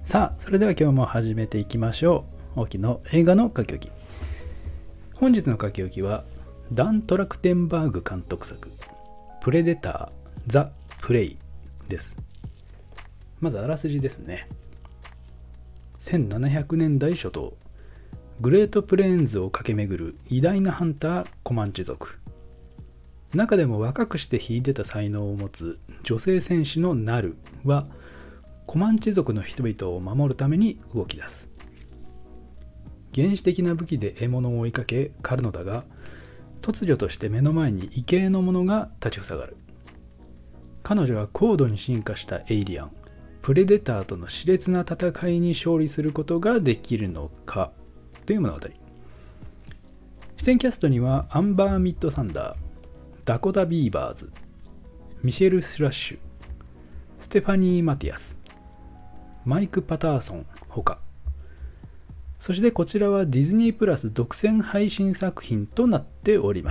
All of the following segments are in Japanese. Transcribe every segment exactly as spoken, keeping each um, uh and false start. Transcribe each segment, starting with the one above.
さあ、それでは今日も始めていきましょう。大木の映画の書き置き。本日の書き置きはダン・トラクテンバーグ監督作プレデター・ザ・プレイです。まずあらすじですね。せんななひゃくねんだい初頭、グレートプレーンズを駆け巡る偉大なハンターコマンチ族。中でも若くして秀でた才能を持つ女性戦士のナルはコマンチ族の人々を守るために動き出す。原始的な武器で獲物を追いかけ狩るのだが、突如として目の前に異形のものが立ちふさがる。彼女は高度に進化したエイリアンプレデターとの熾烈な戦いに勝利することができるのかという物語。出演キャストにはアンバー・ミッドサンダー、ダコタ・ビーバーズ、ミシェル・スラッシュ、ステファニー・マティアス、マイク・パターソンほか。そしてこちらはディズニープラス独占配信作品となっております。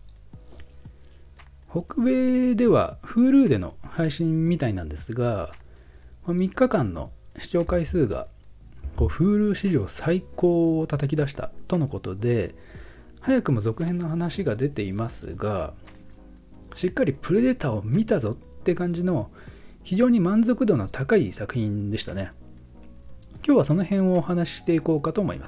北米では Hulu での配信みたいなんですが、みっかかんの視聴回数がこう Hulu 史上最高を叩き出したとのことで、早くも続編の話が出ていますが、しっかりプレデターを見たぞって感じの非常に満足度の高い作品でしたね。今日はその辺をお話ししていこうかと思います。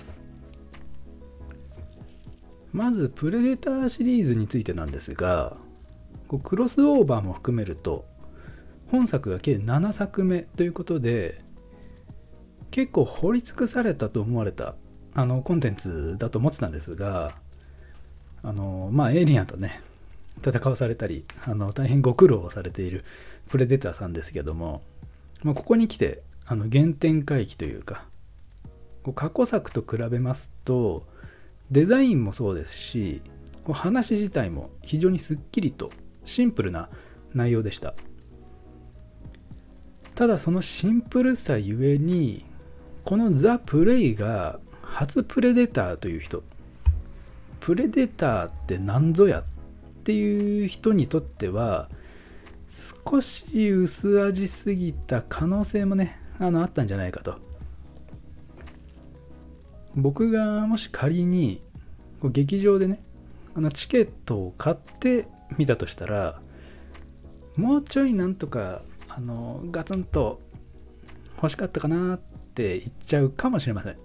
まずプレデターシリーズについてなんですが、クロスオーバーも含めると本作が計ななさくめということで、結構掘り尽くされたと思われたあのコンテンツだと思ってたんですが、あのまあエイリアンとね戦わされたり、あの大変ご苦労をされているプレデターさんですけども、まあ、ここに来てあの原点回帰というか、過去作と比べますとデザインもそうですし、話自体も非常にすっきりとシンプルな内容でした。ただそのシンプルさゆえに、このザ・プレイが初プレデターという人、プレデターって何ぞやっていう人にとっては少し薄味すぎた可能性もね、あのあったんじゃないかと。僕がもし仮にこう劇場でねあのチケットを買って見たとしたら、もうちょいなんとかあのガツンと欲しかったかなって言っちゃうかもしれません。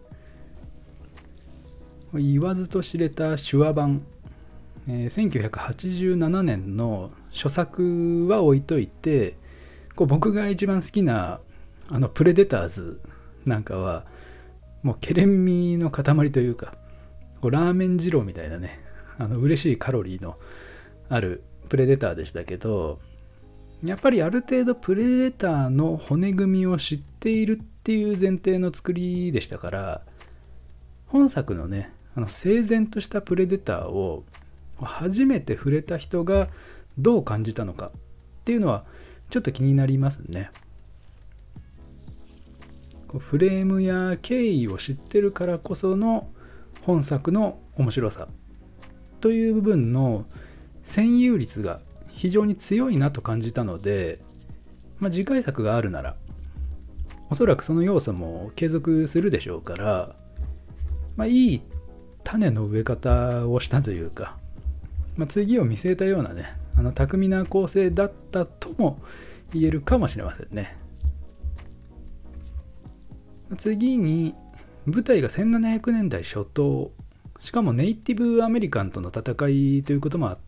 言わずと知れた手話版、えー、せんきゅうひゃくはちじゅうななねんの初作は置いといて、こう僕が一番好きなあのプレデターズなんかはもうケレン味の塊というか、こうラーメン二郎みたいなね、あの嬉しいカロリーのあるプレデターでしたけど、やっぱりある程度プレデターの骨組みを知っているっていう前提の作りでしたから、本作のねあの整然としたプレデターを初めて触れた人がどう感じたのかっていうのはちょっと気になりますね。フレームや経緯を知ってるからこその本作の面白さという部分の占有率が非常に強いなと感じたので、まあ、次回作があるならおそらくその要素も継続するでしょうから、まあ、いい種の植え方をしたというか、まあ、次を見据えたようなねあの巧みな構成だったとも言えるかもしれませんね。次に舞台がせんななひゃくねんだい初頭、しかもネイティブアメリカンとの戦いということもあって、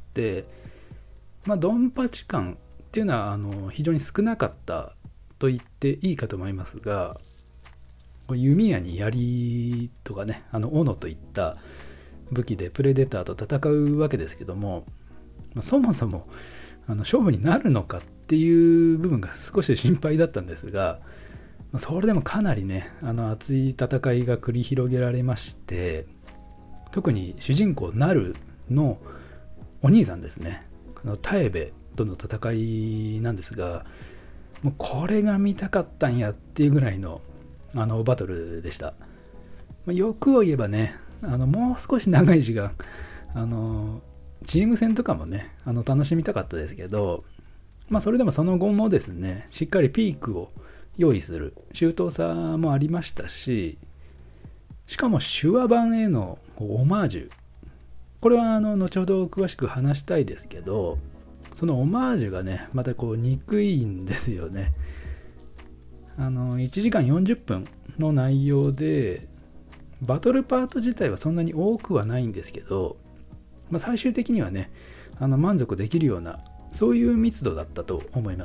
まあ、ドンパチ感っていうのはあの非常に少なかったと言っていいかと思いますが、弓矢に槍とかね、あの斧といった武器でプレデターと戦うわけですけども、まあ、そもそもあの勝負になるのかっていう部分が少し心配だったんですが、それでもかなりねあの熱い戦いが繰り広げられまして、特に主人公ナルのお兄さんですね、あのタエベとの戦いなんですが、もうこれが見たかったんやっていうぐらいのあのバトルでした。まあ、欲を言えばね、あのもう少し長い時間あのチーム戦とかもねあの楽しみたかったですけど、まあそれでもその後もですねしっかりピークを用意する周到さもありましたし、しかも手話版へのオマージュ、これはあの後ほど詳しく話したいですけど、そのオマージュがねまたこう憎いんですよね。あのいちじかんよんじゅっぷんの内容でバトルパート自体はそんなに多くはないんですけど、まあ、最終的にはねあの満足できるようなそういう密度だったと思います。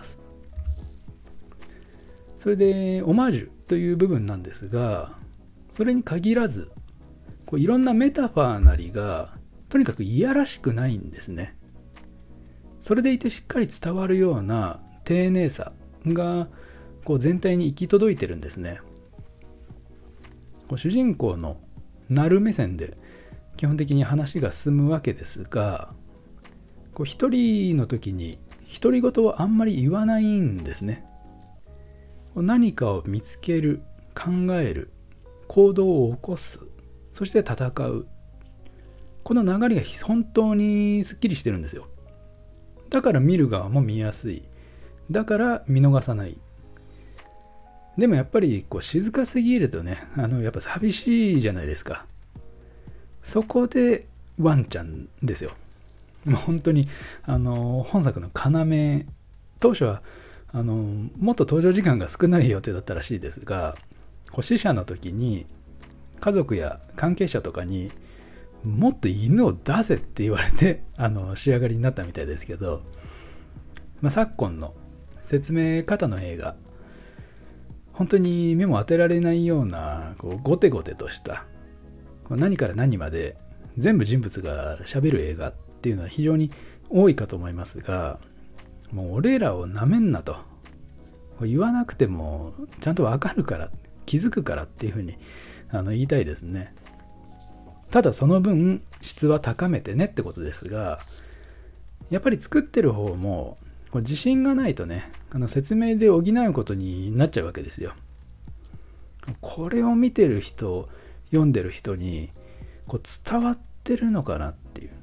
それでオマージュという部分なんですが、それに限らずこういろんなメタファーなりがとにかくいやらしくないんですね。それでいてしっかり伝わるような丁寧さがこう全体に行き届いてるんですね。こう主人公のなる目線で基本的に話が進むわけですが、こう一人の時に独り言をあんまり言わないんですね。何かを見つける、考える、行動を起こす、そして戦う、この流れが本当にすっきりしてるんですよ。だから見る側も見やすい、だから見逃さない。でもやっぱりこう静かすぎるとね、あのやっぱ寂しいじゃないですか。そこでワンちゃんですよ。もう本当にあの本作の要、当初はあのもっと登場時間が少ない予定だったらしいですが、死者の時に家族や関係者とかにもっと犬を出せって言われてあの仕上がりになったみたいですけど、まあ、昨今の説明方の映画、本当に目も当てられないようなこうゴテゴテとした何から何まで全部人物が喋る映画っていうのは非常に多いかと思いますが、もう俺らをなめんなと言わなくてもちゃんとわかるから、気づくからっていうふうにあの言いたいですね。ただその分質は高めてねってことですが、やっぱり作ってる方も自信がないとね、あの説明で補うことになっちゃうわけですよ。これを見てる人、読んでる人にこう伝わってるのかなっていう、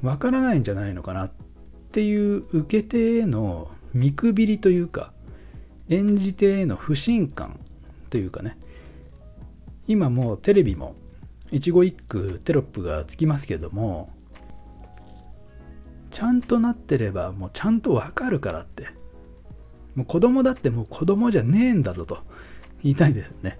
わからないんじゃないのかなっていう受け手への見くびりというか、演じ手への不信感というかね、今もうテレビも一語一句テロップがつきますけども、ちゃんとなってればもうちゃんとわかるからって、もう子供だってもう子供じゃねえんだぞと言いたいですね。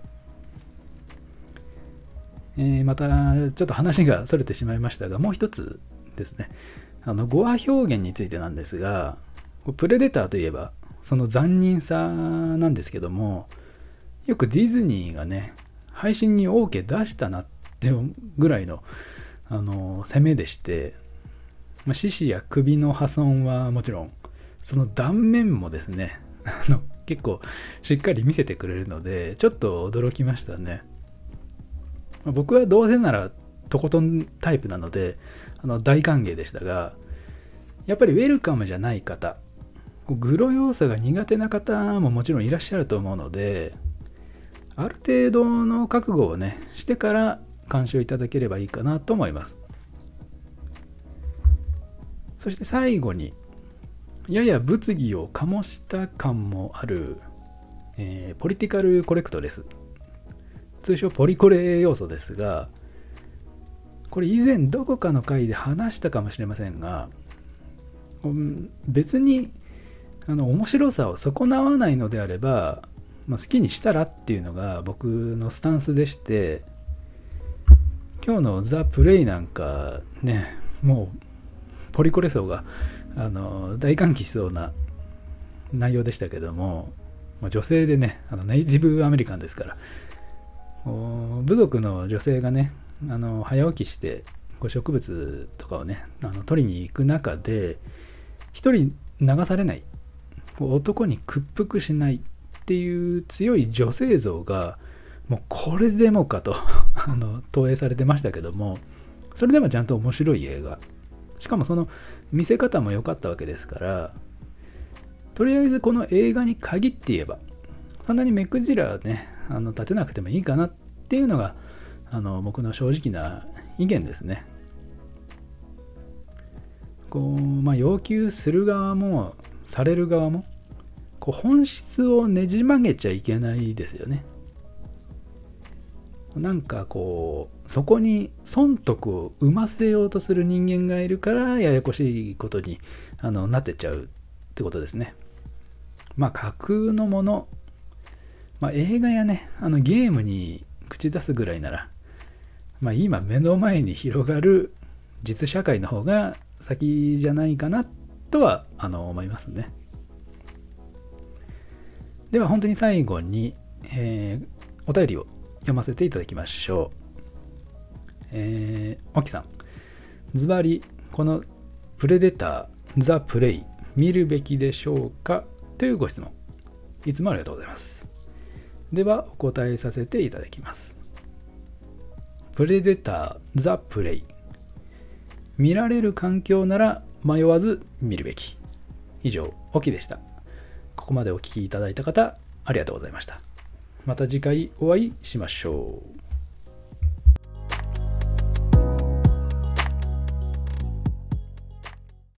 えー、またちょっと話がそれてしまいましたが、もう一つですね、あの語話表現についてなんですが、プレデターといえばその残忍さなんですけども、よくディズニーがね配信に OK 出したなっていうぐらいのあの攻めでして、まあ、四肢や首の破損はもちろん、その断面もですねあの結構しっかり見せてくれるので、ちょっと驚きましたね。まあ、僕はどうせならとことんタイプなのであの大歓迎でしたが、やっぱりウェルカムじゃない方、グロ要素が苦手な方ももちろんいらっしゃると思うので、ある程度の覚悟をねしてから鑑賞いただければいいかなと思います。そして最後にやや物議を醸した感もある、えー、ポリティカルコレクトレス、通称ポリコレ要素ですが、これ以前どこかの回で話したかもしれませんが、別にあの面白さを損なわないのであれば、まあ、好きにしたらっていうのが僕のスタンスでして、今日のザ・プレイなんかね、もうポリコレ層があの大歓喜しそうな内容でしたけども、女性でね、あのネイティブアメリカンですから、部族の女性がねあの早起きしてこう植物とかをねあの取りに行く中で、一人流されない、男に屈服しないっていう強い女性像がもうこれでもかとあの投影されてましたけども、それでもちゃんと面白い映画、しかもその見せ方も良かったわけですから、とりあえずこの映画に限って言えばそんなに目くじらねあの立てなくてもいいかなっていうのがあの僕の正直な意見ですね。こうまあ要求する側もされる側もこう本質をねじ曲げちゃいけないですよね。なんかこうそこに損得を生ませようとする人間がいるからややこしいことにあのなってっちゃうってことですね。まあ架空のもの、まあ、映画やねあのゲームに口出すぐらいなら、まあ、今目の前に広がる実社会の方が先じゃないかなとはあの思いますね。では本当に最後に、えー、お便りを読ませていただきましょう。えー、沖さん、ズバリこのプレデターザ・プレイ見るべきでしょうかというご質問、いつもありがとうございます。ではお答えさせていただきます。プレデターザ・プレイ、見られる環境なら迷わず見るべき。以上、沖でした。ここまでお聞きいただいた方ありがとうございました。また次回お会いしましょう。